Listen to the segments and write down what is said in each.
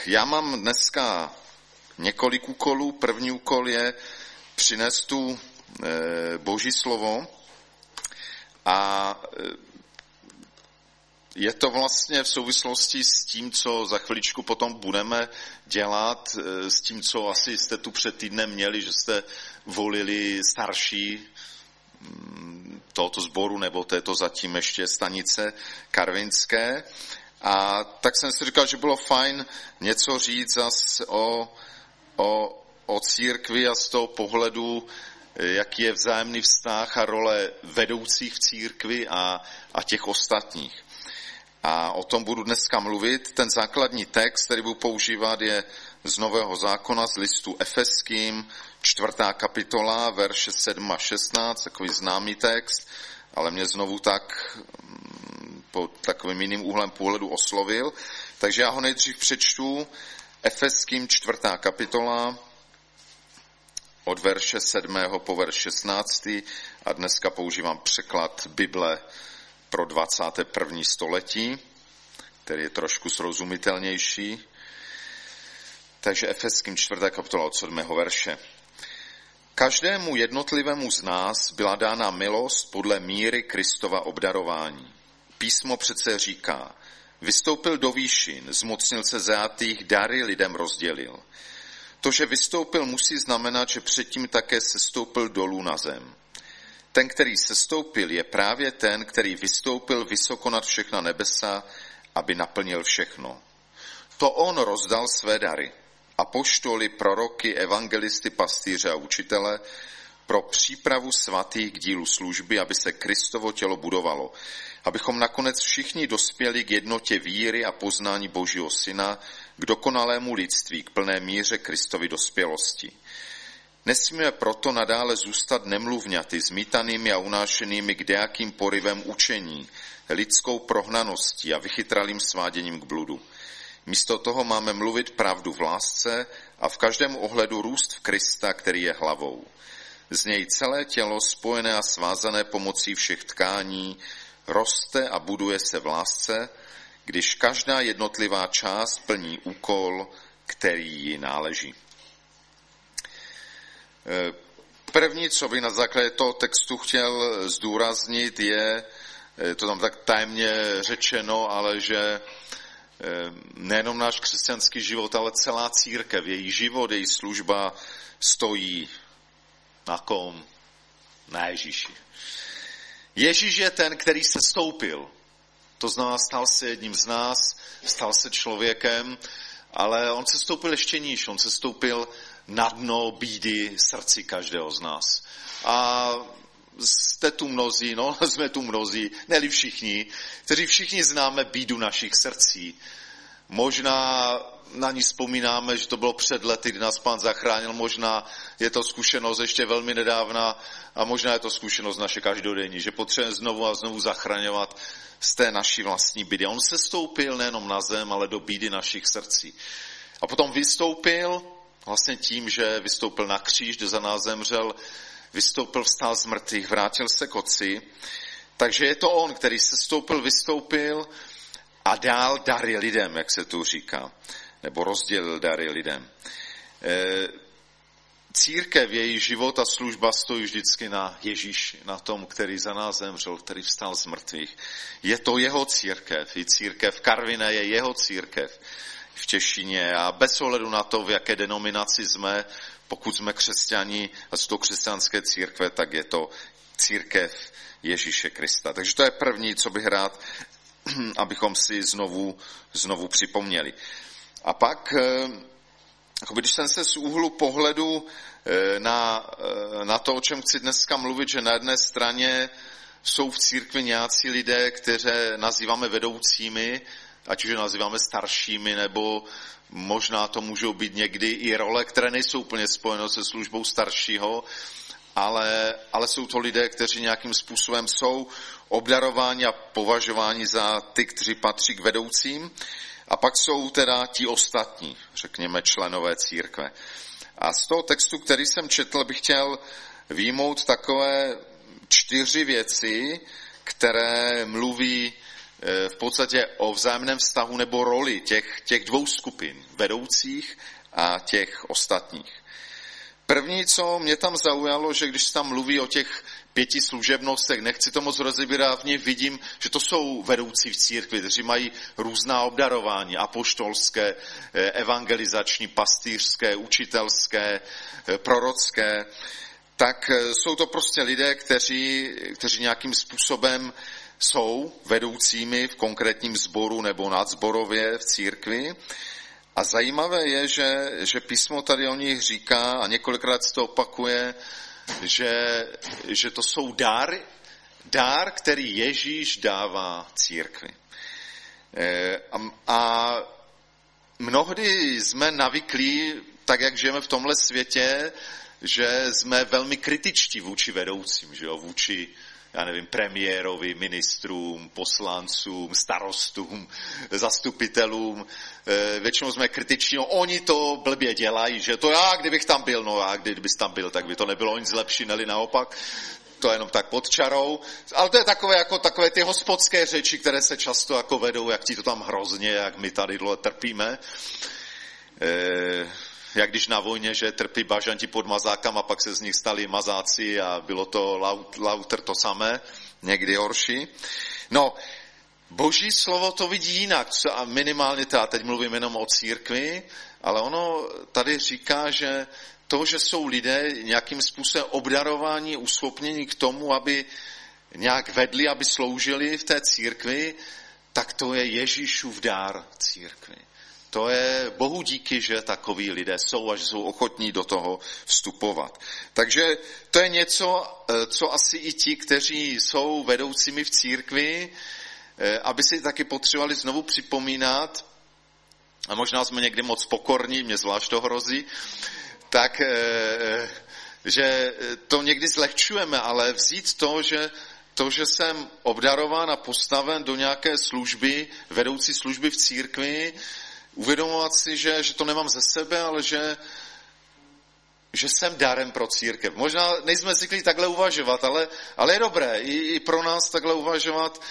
já mám dneska několik úkolů. První úkol je přinést tu Boží slovo a je to vlastně v souvislosti s tím, co za chviličku potom budeme dělat, s tím, co asi jste tu před týdnem měli, že jste volili starší tohoto sboru, nebo této zatím ještě stanice karvinské. A tak jsem si říkal, že bylo fajn něco říct zas o církvi a z toho pohledu, jaký je vzájemný vztah a role vedoucích v církvi a těch ostatních. A o tom budu dneska mluvit. Ten základní text, který budu používat, je z Nového zákona, z listu Efeským, 4. kapitola, verše 7 a 16, takový známý text, ale mě znovu tak pod takovým jiným úhlem pohledu oslovil. Takže já ho nejdřív přečtu. Efeským 4. kapitola, od verše 7. po verš 16. a dneska používám překlad Bible pro 21. století, který je trošku srozumitelnější. Takže Efeským 4. kapitola od 7. verše. Každému jednotlivému z nás byla dána milost podle míry Kristova obdarování. Písmo přece říká, vystoupil do výšin, zmocnil se zajatých, dary lidem rozdělil. To, že vystoupil, musí znamenat, že předtím také sestoupil dolů na zem. Ten, který sestoupil, je právě ten, který vystoupil vysoko nad všechna nebesa, aby naplnil všechno. To on rozdal své dary. Apoštoly, proroky, evangelisty, pastýře a učitele pro přípravu svatých k dílu služby, aby se Kristovo tělo budovalo. Abychom nakonec všichni dospěli k jednotě víry a poznání Božího Syna, k dokonalému lidství, k plné míře Kristovy dospělosti. Nesmíme proto nadále zůstat nemluvňaty, zmítanými a unášenými kdejakým porivem učení, lidskou prohnaností a vychytralým sváděním k bludu. Místo toho máme mluvit pravdu v lásce a v každém ohledu růst v Krista, který je hlavou. Z něj celé tělo, spojené a svázané pomocí všech tkání, roste a buduje se v lásce, když každá jednotlivá část plní úkol, který jí náleží. První, co bych na základě toho textu chtěl zdůraznit, je, to tam tak tajemně řečeno, ale že nejenom náš křesťanský život, ale celá církev, její život, její služba stojí na kom? Na Ježíši. Ježíš je ten, který se stoupil. To znamená, stal se jedním z nás, stal se člověkem, ale on se stoupil ještě níž, on se stoupil na dno bídy srdci každého z nás. A jste tu mnozí, jsme tu mnozí, ne-li všichni, kteří všichni známe bídu našich srdcí. Možná na ní vzpomínáme, že to bylo před lety, kdy nás Pán zachránil, možná je to zkušenost ještě velmi nedávna a možná je to zkušenost naše každodenní, že potřebujeme znovu a znovu zachraňovat z té naší vlastní bídy. On se stoupil nejenom na zem, ale do bídy našich srdcí. A potom vystoupil vlastně tím, že vystoupil na kříž, kde za nás zemřel, vystoupil, vstál z mrtvých, vrátil se k Otci. Takže je to on, který se vystoupil a dal dary lidem, jak se tu říká, nebo rozdělil dary lidem. Církev, její život a služba stojí vždycky na Ježíši, na tom, který za nás zemřel, který vstal z mrtvých. Je to jeho církev, i církev Karviné je jeho církev v Těšíně a bez ohledu na to, v jaké denominaci jsme, pokud jsme křesťani a jsou to křesťanské církve, tak je to církev Ježíše Krista. Takže to je první, co bych rád, abychom si znovu připomněli. A pak, když jsem se z úhlu pohledu na to, o čem chci dneska mluvit, že na jedné straně jsou v církvi nějací lidé, které nazýváme vedoucími, ať už je nazýváme staršími, nebo možná to můžou být někdy i role, které nejsou úplně spojeno se službou staršího, ale jsou to lidé, kteří nějakým způsobem jsou obdarováni a považováni za ty, kteří patří k vedoucím. A pak jsou teda ti ostatní, řekněme, členové církve. A z toho textu, který jsem četl, bych chtěl vyjmout takové 4 věci, které mluví v podstatě o vzájemném vztahu nebo roli těch dvou skupin, vedoucích a těch ostatních. První, co mě tam zaujalo, že když se tam mluví o těch 5 služebnostech, nechci to moc rozebírat, vidím, že to jsou vedoucí v církvi, kteří mají různá obdarování, apoštolské, evangelizační, pastýřské, učitelské, prorocké, tak jsou to prostě lidé, kteří nějakým způsobem jsou vedoucími v konkrétním sboru nebo nadzborově v církvi. A zajímavé je, že písmo tady o nich říká, a několikrát se to opakuje, že to jsou dár, který Ježíš dává církvi. A mnohdy jsme navyklí, tak jak žijeme v tomhle světě, že jsme velmi kritičtí vůči vedoucím, že jo? Vůči, já nevím, premiérovi, ministrům, poslancům, starostům, zastupitelům. Většinou jsme kritiční, no oni to blbě dělají, že to já, kdybych tam byl, no a kdybys tam byl, tak by to nebylo nic lepší, neli naopak. To je jenom tak pod čarou. Ale to je takové ty hospodské řeči, které se často jako vedou, jak ti to tam hrozně, jak my tady dole trpíme. Jak když na vojně, že trpí bažanti pod mazákama, a pak se z nich stali mazáci a bylo to lauter to samé, někdy horší. No, Boží slovo to vidí jinak, a minimálně teď mluvím jenom o církvi, ale ono tady říká, že to, že jsou lidé nějakým způsobem obdarováni, uschopněni k tomu, aby nějak vedli, aby sloužili v té církvi, tak to je Ježíšův dár církvi. To je Bohu díky, že takoví lidé jsou a že jsou ochotní do toho vstupovat. Takže to je něco, co asi i ti, kteří jsou vedoucími v církvi, aby si taky potřebovali znovu připomínat, a možná jsme někdy moc pokorní, mě zvlášť to hrozí, tak, že to někdy zlehčujeme, ale vzít to, že jsem obdarován a postaven do nějaké služby, vedoucí služby v církvi, uvědomovat si, že to nemám ze sebe, ale že jsem darem pro církev. Možná nejsme zvyklí takhle uvažovat, ale je dobré i pro nás takhle uvažovat,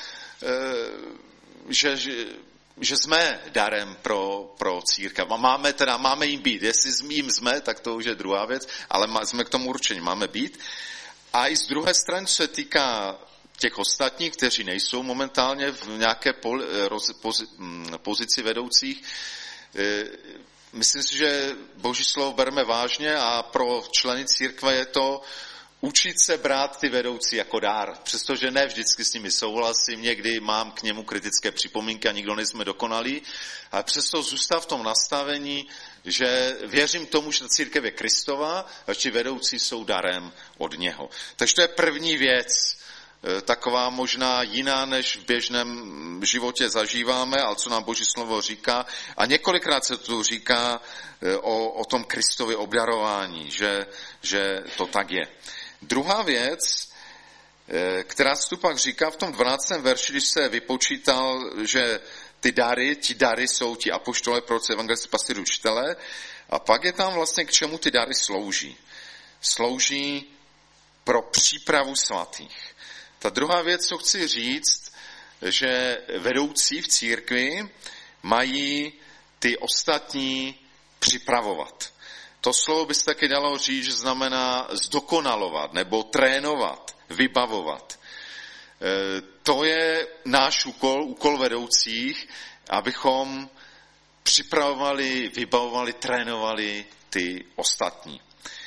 že jsme darem pro církev. A máme jim být. Jestli jim jsme, tak to už je druhá věc, ale jsme k tomu určení, máme být. A i z druhé strany, co se týká těch ostatních, kteří nejsou momentálně v nějaké pozici vedoucích, myslím si, že Boží slovo bereme vážně a pro členy církve je to učit se brát ty vedoucí jako dár. Přestože ne vždycky s nimi souhlasím, někdy mám k němu kritické připomínky a nikdo nejsme dokonalí, ale přesto zůstat v tom nastavení, že věřím tomu, že ta církev je Kristova a že vedoucí jsou darem od něho. Takže to je první věc, taková možná jiná, než v běžném životě zažíváme, ale co nám Boží slovo říká. A několikrát se tu říká o tom Kristově obdarování, že to tak je. Druhá věc, která se tu pak říká v tom 12. verši, když se vypočítal, že ti dary jsou ti apoštolé, proroci, evangelisti, pastýři, učitelé, a pak je tam vlastně k čemu ty dary slouží. Slouží pro přípravu svatých. Ta druhá věc, co chci říct, že vedoucí v církvi mají ty ostatní připravovat. To slovo by se taky dalo říct, že znamená zdokonalovat nebo trénovat, vybavovat. To je náš úkol vedoucích, abychom připravovali, vybavovali, trénovali ty ostatní.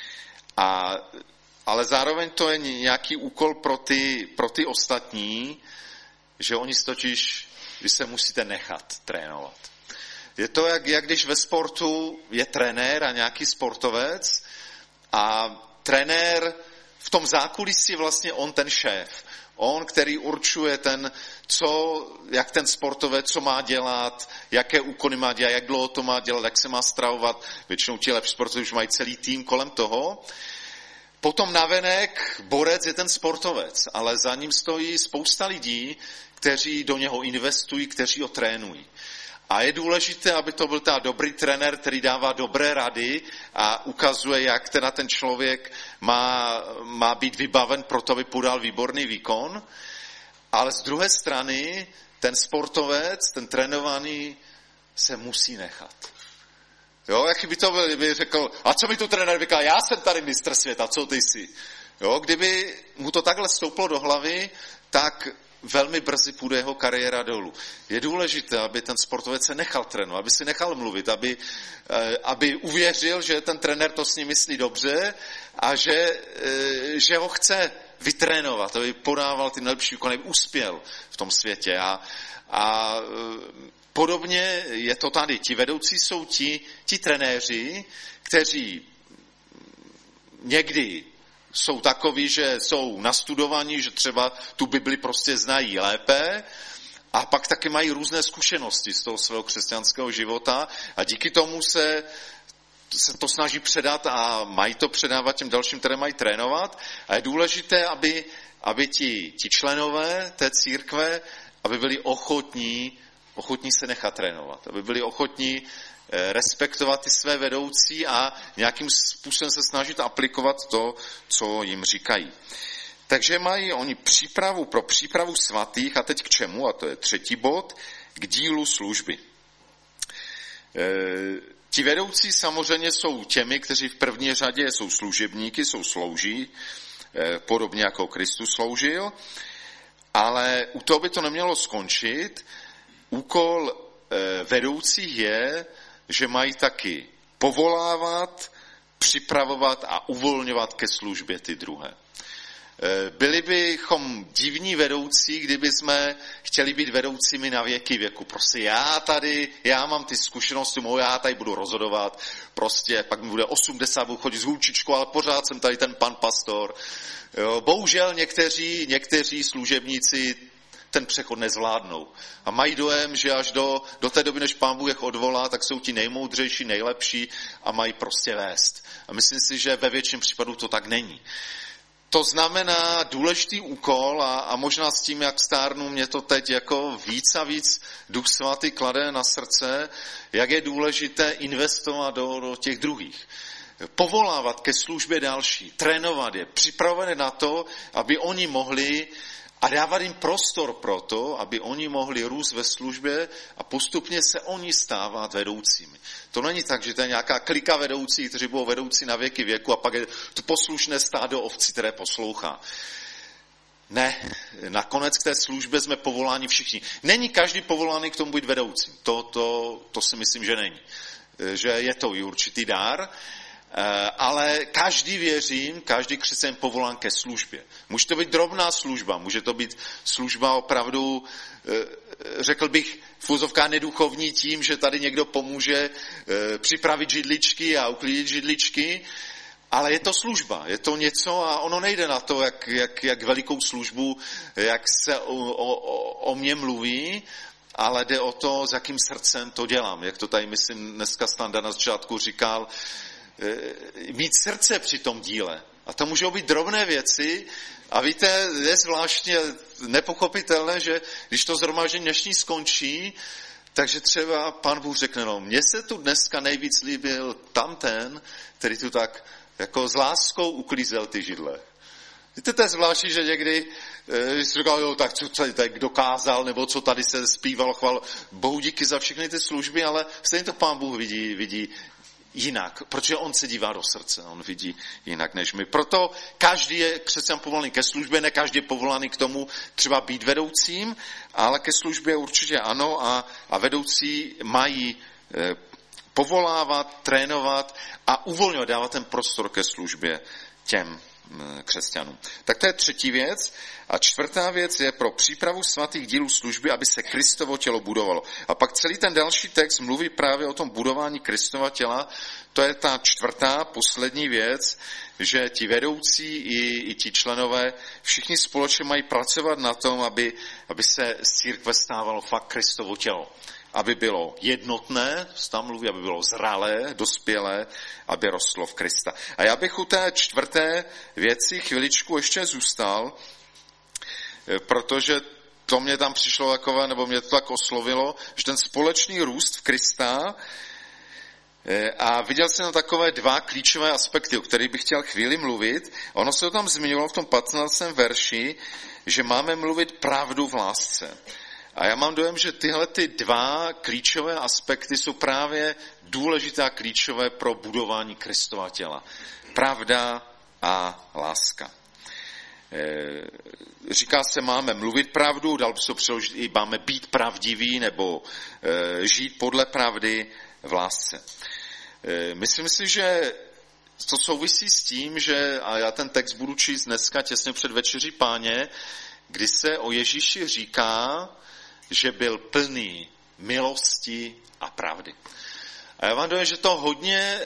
Ale zároveň to je nějaký úkol pro ty ostatní, že oni totiž, vy se musíte nechat trénovat. Je to, jak když ve sportu je trenér a nějaký sportovec a trenér v tom zákulisí vlastně on ten šéf. On, který určuje jak ten sportovec, co má dělat, jaké úkony má dělat, jak dlouho to má dělat, jak se má stravovat. Většinou ti lepší sportovci už mají celý tým kolem toho. Potom navenek borec je ten sportovec, ale za ním stojí spousta lidí, kteří do něho investují, kteří ho trénují. A je důležité, aby to byl dobrý trenér, který dává dobré rady a ukazuje, jak teda ten člověk má být vybaven pro to, aby podal výborný výkon. Ale z druhé strany ten sportovec, ten trénovaný se musí nechat. Jo, jak by to byl, kdyby řekl, a co mi tu trenér říká, já jsem tady mistr světa, co ty jsi? Jo, kdyby mu to takhle stouplo do hlavy, tak velmi brzy půjde jeho kariéra dolů. Je důležité, aby ten sportovec se nechal trénovat, aby si nechal mluvit, aby uvěřil, že ten trenér to s ním myslí dobře a že ho chce vytrénovat, aby podával ty nejlepší úkony, aby uspěl v tom světě. A podobně je to tady. Ti vedoucí jsou ti trenéři, kteří někdy jsou takoví, že jsou nastudovaní, že třeba tu Bibli prostě znají lépe a pak taky mají různé zkušenosti z toho svého křesťanského života a díky tomu se to snaží předat a mají to předávat těm dalším, které mají trénovat. A je důležité, aby ti členové té církve, aby byli ochotní se nechat trénovat, aby byli ochotní respektovat ty své vedoucí a nějakým způsobem se snažit aplikovat to, co jim říkají. Takže mají oni pro přípravu svatých, a teď k čemu? A to je 3. bod, k dílu služby. Ti vedoucí samozřejmě jsou těmi, kteří v první řadě jsou služebníky, slouží, podobně jako Kristus sloužil, ale u toho by to nemělo skončit. Úkol vedoucích je, že mají taky povolávat, připravovat a uvolňovat ke službě ty druhé. Byli bychom divní vedoucí, kdyby jsme chtěli být vedoucími na věky věku. Prostě já mám ty zkušenosti, já tady budu rozhodovat, prostě pak mi bude 80, budu chodit s hůlčičkou, ale pořád jsem tady ten pan pastor. Jo, bohužel někteří služebníci ten přechod nezvládnou. A mají dojem, že až do té doby, než Pán Bůh je odvolá, tak jsou ti nejmoudřejší, nejlepší a mají prostě vést. A myslím si, že ve většině případů to tak není. To znamená důležitý úkol a možná s tím, jak stárnu, mě to teď jako víc a víc Duch Svatý klade na srdce, jak je důležité investovat do těch druhých. Povolávat ke službě další, trénovat je, připravovat na to, aby oni mohli a dávat jim prostor pro to, aby oni mohli růst ve službě a postupně se oni stávat vedoucími. To není tak, že to je nějaká klika vedoucí, kteří budou vedoucí na věky věku a pak je to poslušné stádo ovcí, které poslouchá. Ne, nakonec k té službě jsme povoláni všichni. Není každý povolání k tomu být vedoucím. To si myslím, že není. Že je to i určitý dár, ale každý křesťan povolán ke službě. Může to být drobná služba, může to být služba opravdu, řekl bych, v úzovkách neduchovní tím, že tady někdo pomůže připravit židličky a uklidit židličky, ale je to služba, je to něco a ono nejde na to, jak velikou službu, jak se o mě mluví, ale jde o to, s jakým srdcem to dělám. Jak to tady, myslím, dneska Standa na začátku říkal, mít srdce při tom díle. A to můžou být drobné věci a víte, je zvláštně nepochopitelné, že když to shromáždění dnešní skončí, takže třeba Pán Bůh řekne, no, mně se tu dneska nejvíc líbil tamten, který tu tak jako s láskou uklízel ty židle. Víte, to je zvláštní, že někdy si říkal, jo, tak co tady tak dokázal, nebo co tady se zpívalo, chval Bohu díky za všechny ty služby, ale stejně to Pán Bůh vidí jinak, protože on se dívá do srdce, on vidí jinak než my. Proto každý je křesťan povolaný ke službě, ne každý je povolaný k tomu třeba být vedoucím, ale ke službě určitě ano a vedoucí mají povolávat, trénovat a uvolňovat, dávat ten prostor ke službě těm křesťanům. Tak to je 3. věc. A 4. věc je pro přípravu svatých dílů služby, aby se Kristovo tělo budovalo. A pak celý ten další text mluví právě o tom budování Kristova těla. To je ta 4. poslední věc, že ti vedoucí i ti členové všichni společně mají pracovat na tom, aby se z církve stávalo fakt Kristovo tělo. Aby bylo jednotné, tam mluví, aby bylo zralé, dospělé, aby rostlo v Krista. A já bych u té 4. věci chviličku ještě zůstal, protože to mě tam přišlo takové, nebo mě to tak oslovilo, že ten společný růst v Krista, a viděl jsem takové 2 klíčové aspekty, o kterých bych chtěl chvíli mluvit. Ono se to tam zmiňovalo v tom 15. verši, že máme mluvit pravdu v lásce. A já mám dojem, že tyhle ty dva klíčové aspekty jsou právě důležité a klíčové pro budování Kristova těla. Pravda a láska. Říká se, máme mluvit pravdu, dal by se to přeložit i máme být pravdiví nebo žít podle pravdy v lásce. Myslím si, že to souvisí s tím, že, a já ten text budu číst dneska těsně před večeří Páně, kdy se o Ježíši říká, že byl plný milosti a pravdy. A já vám dojem, že to hodně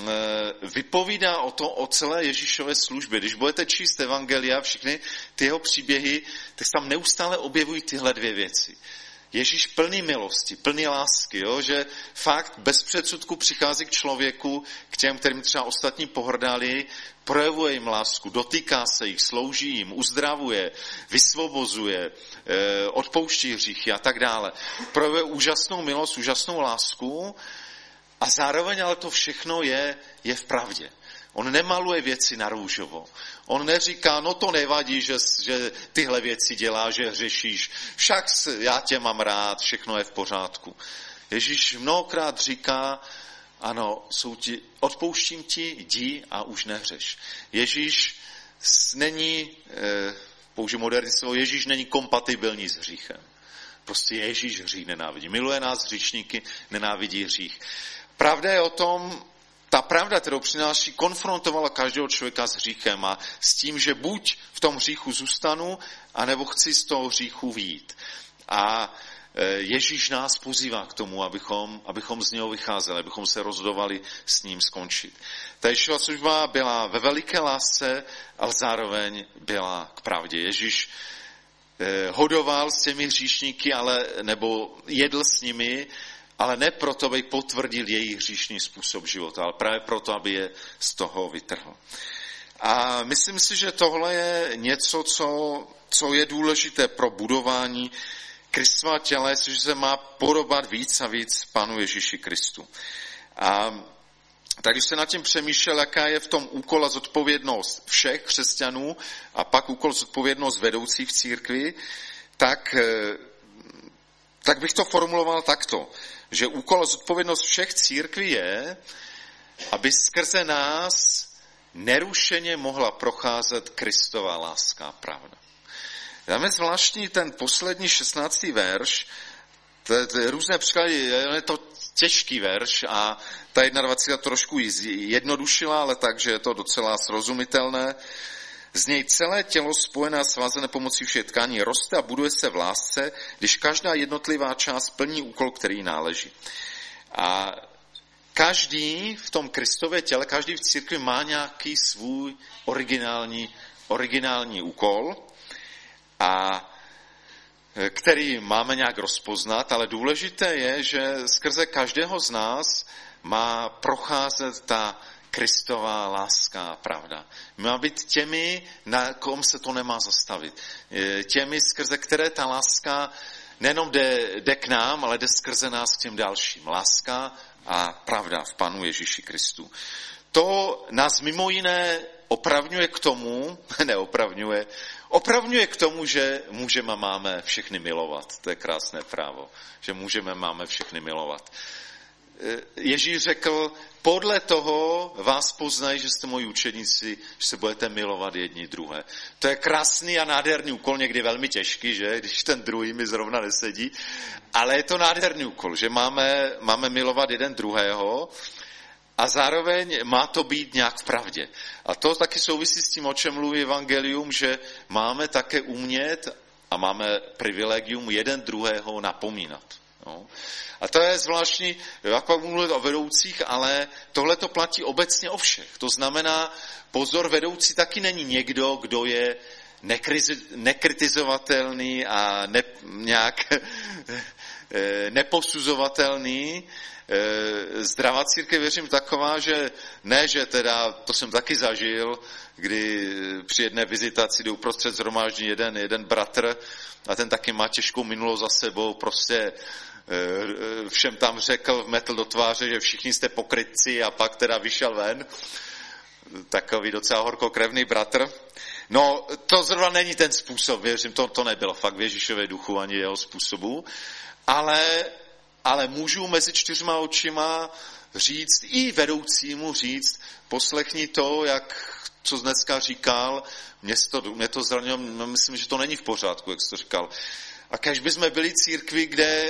vypovídá o celé Ježíšové službě. Když budete číst evangelia, všechny ty jeho příběhy, tak se tam neustále objevují tyhle dvě věci. Ježíš plný milosti, plný lásky, jo? Že fakt bez předsudku přichází k člověku, k těm, kterým třeba ostatní pohrdali, projevuje jim lásku, dotýká se jich, slouží jim, uzdravuje, vysvobozuje, odpouští hříchy a tak dále. Projevuje úžasnou milost, úžasnou lásku a zároveň ale to všechno je v pravdě. On nemaluje věci na růžovo. On neříká, no to nevadí, že tyhle věci děláš, že hřešíš. Však já tě mám rád, všechno je v pořádku. Ježíš mnohokrát říká, ano, odpouštím ti, jdi a už nehřeš. Ježíš není, použiju moderní slovo, Ježíš není kompatibilní s hříchem. Prostě Ježíš hřích nenávidí. Miluje nás hříšníky, nenávidí hřích. Pravda je o tom, ta pravda, kterou přináší, konfrontovala každého člověka s hříchem a s tím, že buď v tom hříchu zůstanu, anebo chci z toho hříchu vyjít. A Ježíš nás pozývá k tomu, abychom z něho vycházeli, abychom se rozhodovali s ním skončit. Ta Ježíšova služba byla ve veliké lásce, ale zároveň byla k pravdě. Ježíš hodoval s těmi hříšníky, nebo jedl s nimi, ale ne proto, aby potvrdil její hříšný způsob života, ale právě proto, aby je z toho vytrhl. A myslím si, že tohle je něco, co je důležité pro budování Kristova těla, jestliže se má podobat víc a víc Pánu Ježíši Kristu. A tak když se nad tím přemýšlel, jaká je v tom úkol a zodpovědnost všech křesťanů a pak úkol zodpovědnost vedoucích v církvi, tak bych to formuloval takto, že úkol a zodpovědnost všech církví je, aby skrze nás nerušeně mohla procházet Kristova láska a pravda. Tam je zvláštní ten poslední 16. verš, to je různé příklady, je to těžký verš a ta 21. trošku jednodušila, ale takže je to docela srozumitelné. Z něj celé tělo spojené a svázané pomocí všech tkání roste a buduje se v lásce, když každá jednotlivá část plní úkol, který náleží. A každý v tom Kristově těle, každý v církvi má nějaký svůj originální úkol, a který máme nějak rozpoznat, ale důležité je, že skrze každého z nás má procházet ta Kristova láska a pravda. Má být těmi, na kom se to nemá zastavit. Těmi, skrze které ta láska nejenom jde k nám, ale jde skrze nás k těm dalším. Láska a pravda v Panu Ježíši Kristu. To nás mimo jiné opravňuje k tomu, že můžeme, máme všechny milovat. To je krásné právo, že máme všechny milovat. Ježíš řekl, podle toho vás poznají, že jste moji učeníci, že se budete milovat jedni druhé. To je krásný a nádherný úkol, někdy velmi těžký, že? Když ten druhý mi zrovna nesedí, ale je to nádherný úkol, že máme milovat jeden druhého a zároveň má to být nějak v pravdě. A to taky souvisí s tím, o čem mluví evangelium, že máme také umět a máme privilegium jeden druhého napomínat. No. A to je zvláštní, jak mluvit o vedoucích, ale tohle to platí obecně o všech. To znamená, pozor, vedoucí taky není někdo, kdo je nekritizovatelný a nějak neposuzovatelný. Zdravá církev, věřím, taková, že ne, že teda, to jsem taky zažil, kdy při jedné vizitaci jde uprostřed shromáždění jeden bratr a ten taky má těžkou minulost za sebou, prostě všem tam řekl, vmetl do tváře, že všichni jste pokrytci a pak teda vyšel ven. Takový docela horkokrevný bratr. No, to zrovna není ten způsob, věřím, to nebylo fakt v Ježíšově duchu ani jeho způsobu, ale můžu mezi 4 očima říct, i vedoucímu říct, poslechni to, co dneska říkal, mě to zranilo, myslím, že to není v pořádku, jak jsi to říkal. A kež bychom byli církvi,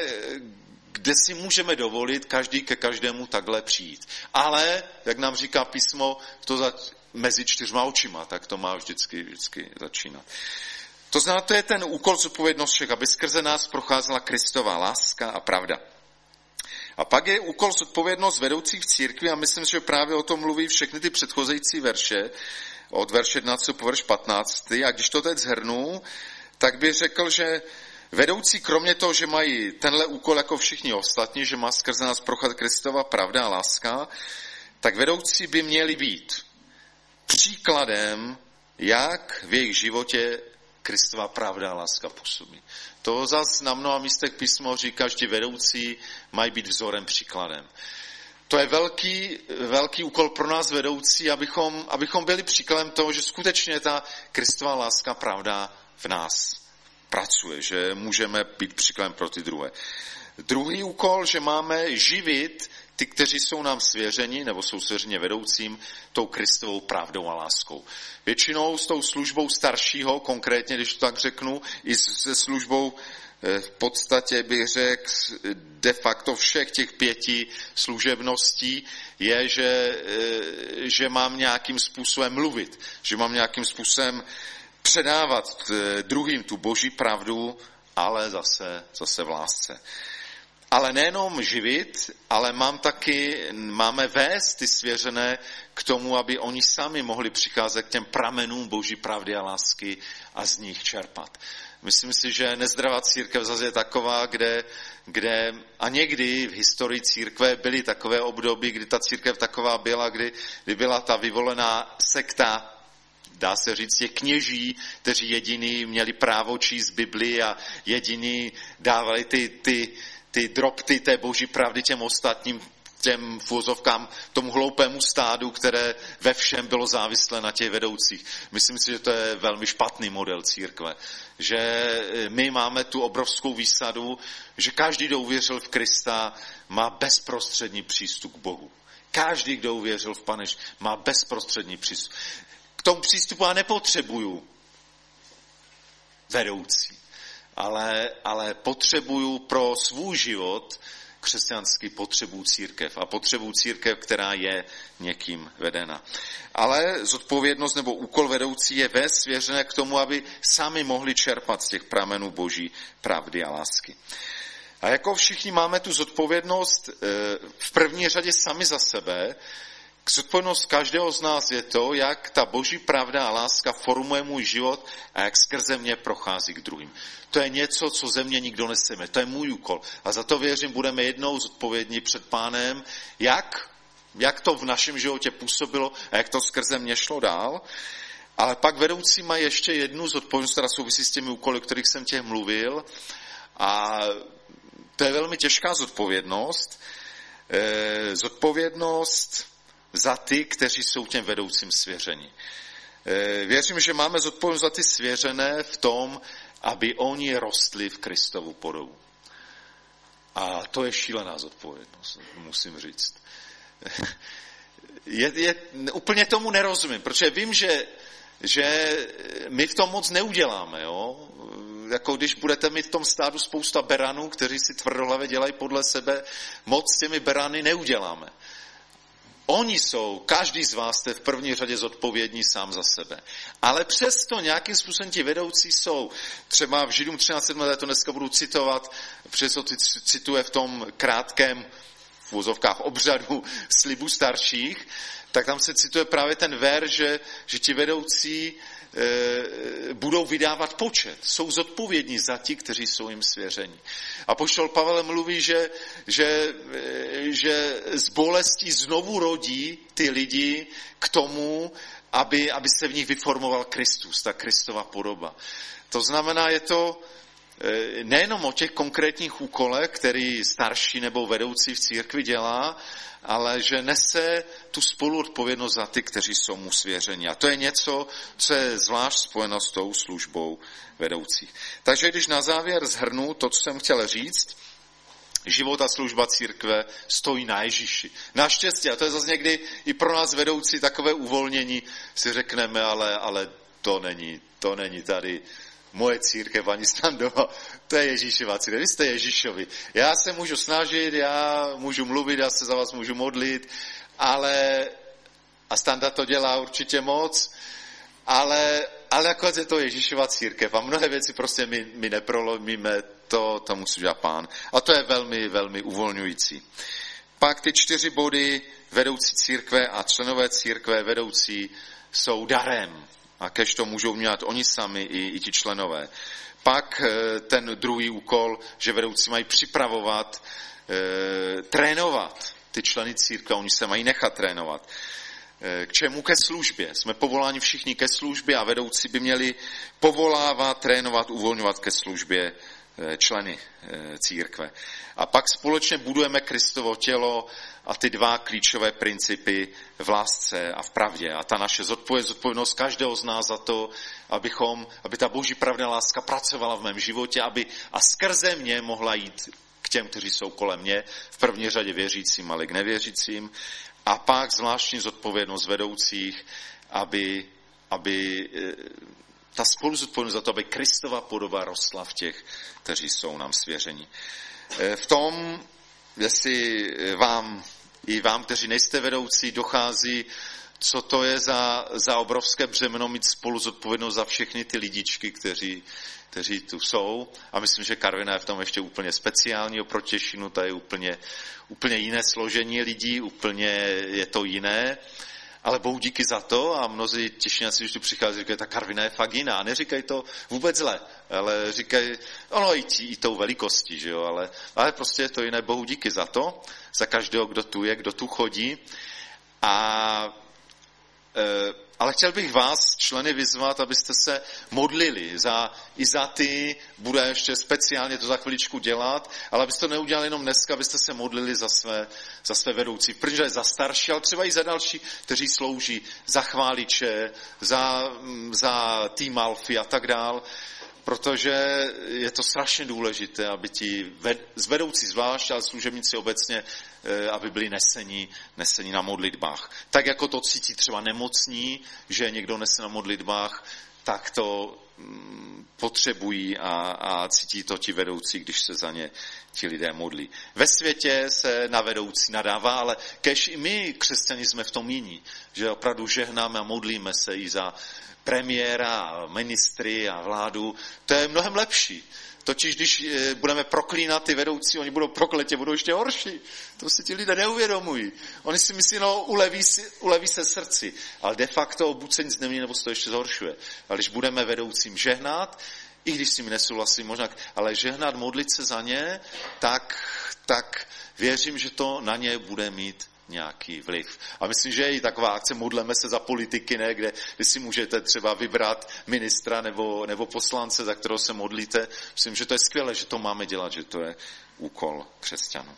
kde si můžeme dovolit každý ke každému takhle přijít. Ale, jak nám říká písmo, mezi 4 očima, tak to má vždycky začínat. To znamená, to je ten úkol zodpovědnost všech, aby skrze nás procházela Kristova láska a pravda. A pak je úkol zodpovědnost vedoucích v církvi a myslím, že právě o tom mluví všechny ty předchozející verše, od verše 11 po verš 15. A když to teď shrnu, tak bych řekl, že vedoucí kromě toho, že mají tenhle úkol jako všichni ostatní, že má skrze nás procházet Kristova pravda a láska, tak vedoucí by měli být příkladem, jak v jejich životě Kristova pravda a láska působí. To zase na mnoha místech písmo říká, že ti vedoucí mají být vzorem, příkladem. To je velký úkol pro nás vedoucí, abychom byli příkladem toho, že skutečně ta Kristova láska, pravda v nás pracuje, že můžeme být příkladem pro ty druhé. Druhý úkol, že máme živit ty, kteří jsou nám svěřeni, nebo jsou svěřeni vedoucím, tou Kristovou pravdou a láskou. Většinou s tou službou staršího, konkrétně, když to tak řeknu, i se službou v podstatě bych řekl de facto všech těch 5 služebností je, že mám nějakým způsobem mluvit, že mám nějakým způsobem předávat druhým tu boží pravdu, ale zase v lásce. Ale nejenom živit, ale máme vést ty svěřené k tomu, aby oni sami mohli přicházet k těm pramenům boží pravdy a lásky a z nich čerpat. Myslím si, že nezdravá církev zase je taková, kde a někdy v historii církve byly takové období, kdy ta církev taková byla, kdy byla ta vyvolená sekta, dá se říct, těch kněží, kteří jediní měli právo číst Bibli a jediní dávali ty drobty té boží pravdy těm ostatním, těm v uvozovkám, tomu hloupému stádu, které ve všem bylo závislé na těch vedoucích. Myslím si, že to je velmi špatný model církve. Že my máme tu obrovskou výsadu, že každý, kdo uvěřil v Krista, má bezprostřední přístup k Bohu. Každý, kdo uvěřil v Pane, má bezprostřední přístup. K tomu přístupu já nepotřebuju vedoucí, ale potřebuju pro svůj život křesťanský potřebuju církev a potřebuju církev, která je někým vedena. Ale zodpovědnost nebo úkol vedoucí je vést svěřené k tomu, aby sami mohli čerpat z těch pramenů boží pravdy a lásky. A jako všichni máme tu zodpovědnost v první řadě sami za sebe, zodpovědnost každého z nás je to, jak ta boží pravda a láska formuje můj život a jak skrze mě prochází k druhým. To je něco, co ze mě nikdo neseme. To je můj úkol. A za to věřím, budeme jednou zodpovědní před Pánem, jak to v našem životě působilo a jak to skrze mě šlo dál. Ale pak vedoucí mají ještě jednu zodpovědnost, která souvisí s těmi úkoly, o kterých jsem tě mluvil. A to je velmi těžká zodpovědnost. Zodpovědnost za ty, kteří jsou těm vedoucím svěřeni. Věřím, že máme zodpovědnost za ty svěřené v tom, aby oni rostli v Kristovu podobu. A to je šílená zodpovědnost, musím říct. Úplně tomu nerozumím, protože vím, že my v tom moc neuděláme. Jo? Jako když budete mít v tom stádu spousta beranů, kteří si tvrdohlavě dělají podle sebe, moc s těmi berany neuděláme. Oni jsou, každý z vás jste v první řadě zodpovědní sám za sebe. Ale přesto nějakým způsobem ti vedoucí jsou. Třeba v Židům 13.7, to dneska budu citovat, přesto cituje v tom krátkém v uvozovkách obřadu slibu starších, tak tam se cituje právě ten verš, že ti vedoucí budou vydávat počet. Jsou zodpovědní za ti, kteří jsou jim svěřeni. Apoštol Pavel mluví, že z bolestí znovu rodí ty lidi k tomu, aby se v nich vyformoval Kristus, ta Kristova podoba. To znamená, nejenom o těch konkrétních úkolech, který starší nebo vedoucí v církvi dělá, ale že nese tu spoluodpovědnost za ty, kteří jsou mu svěřeni. A to je něco, co je zvlášť spojeno s tou službou vedoucích. Takže když na závěr shrnu to, co jsem chtěl říct, život a služba církve stojí na Ježíši. Naštěstí, a to je zase někdy i pro nás vedoucí takové uvolnění, si řekneme, ale to není tady moje církev ani Standova, to je Ježíšova církev, vy jste Ježíšovi. Já se můžu snažit, já můžu mluvit, já se za vás můžu modlit, a Standa to dělá určitě moc, ale jako je to Ježíšova církev a mnohé věci prostě my neprolomíme, to musí dělat Pán. A to je velmi, velmi uvolňující. Pak ty 4 body vedoucí církve a členové církve vedoucí jsou darem. A kež to můžou mít oni sami i ti členové. Pak ten druhý úkol, že vedoucí mají připravovat, trénovat ty členy církve, oni se mají nechat trénovat. K čemu? Ke službě. Jsme povoláni všichni ke službě a vedoucí by měli povolávat, trénovat, uvolňovat ke službě členy církve. A pak společně budujeme Kristovo tělo a ty 2 klíčové principy v lásce a v pravdě. A ta naše zodpovědnost každého z nás za to, aby ta boží pravda láska pracovala v mém životě, a skrze mě mohla jít k těm, kteří jsou kolem mě, v první řadě věřícím, ale k nevěřícím. A pak zvláštní zodpovědnost vedoucích, aby ta spoluzodpovědnost za to, aby Kristova podoba rostla v těch, kteří jsou nám svěřeni. V tom, jestli vám, kteří nejste vedoucí, dochází, co to je za obrovské břemeno mít spoluzodpovědnost za všechny ty lidičky, kteří tu jsou. A myslím, že Karviná je v tom ještě úplně speciální oproti Těšínu, to je úplně jiné složení lidí, úplně je to jiné. Ale bohu díky za to a mnozí Těšíňáci, když tu přichází, říkají, ta Karviná je fakt jiná. Neříkají to vůbec zle, ale říkají, i tou velikostí, že jo, ale prostě je to jiné, bohu díky za to, za každého, kdo tu je, kdo tu chodí. Ale chtěl bych vás, členy, vyzvat, abyste se modlili i za ty, bude ještě speciálně to za chviličku dělat, ale abyste to neudělali jenom dneska, abyste se modlili za své vedoucí. V první řadě za starší, ale třeba i za další, kteří slouží, za chváliče, za tým Alfy a tak dál, protože je to strašně důležité, aby ti vedoucí zvlášť, ale služebníci obecně, aby byli neseni na modlitbách. Tak jako to cítí třeba nemocní, že někdo nese na modlitbách, tak to potřebují a cítí to ti vedoucí, když se za ně ti lidé modlí. Ve světě se na vedoucí nadává, ale kéž i my, křesťané, jsme v tom jiní, že opravdu žehnáme a modlíme se i za premiéra, ministry a vládu. To je mnohem lepší. Totiž, když budeme proklínat ty vedoucí, oni budou prokletě, budou ještě horší. To si ti lidé neuvědomují. Oni si myslí, uleví se srdci. Ale de facto buď se nic nemění, nebo se to ještě zhoršuje. Ale když budeme vedoucím žehnat, i když s nimi nesouhlasím možná, ale žehnat, modlit se za ně, tak věřím, že to na ně bude mít nějaký vliv. A myslím, že je i taková akce modleme se za politiky, ne, kde si můžete třeba vybrat ministra nebo poslance, za kterého se modlíte. Myslím, že to je skvělé, že to máme dělat, že to je úkol křesťanů.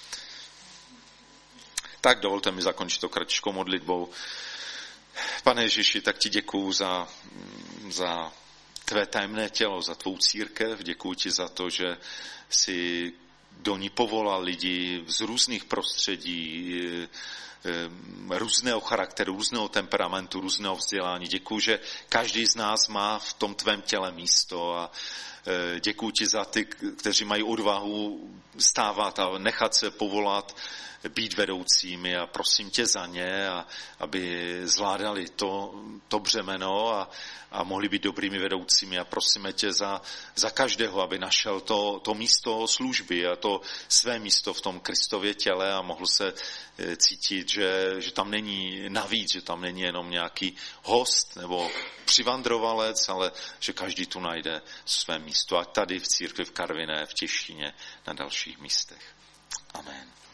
Tak dovolte mi zakončit to kratičkou modlitbou. Pane Ježíši, tak ti děkuju za tvé tajemné tělo, za tvou církev. Děkuju ti za to, že jsi do ní povolal lidi z různých prostředí, různého charakteru, různého temperamentu, různého vzdělání. Děkuju, že každý z nás má v tom tvém těle místo a děkuju ti za ty, kteří mají odvahu stávat a nechat se povolat, být vedoucími a prosím tě za ně, aby zvládali to břemeno a mohli být dobrými vedoucími a prosíme tě za každého, aby našel to místo služby a to své místo v tom Kristově těle a mohl se cítit, že tam není navíc, že tam není jenom nějaký host nebo přivandrovalec, ale že každý tu najde své místo. A tady v církvi v Karviné, v Těšíně, na dalších místech. Amen.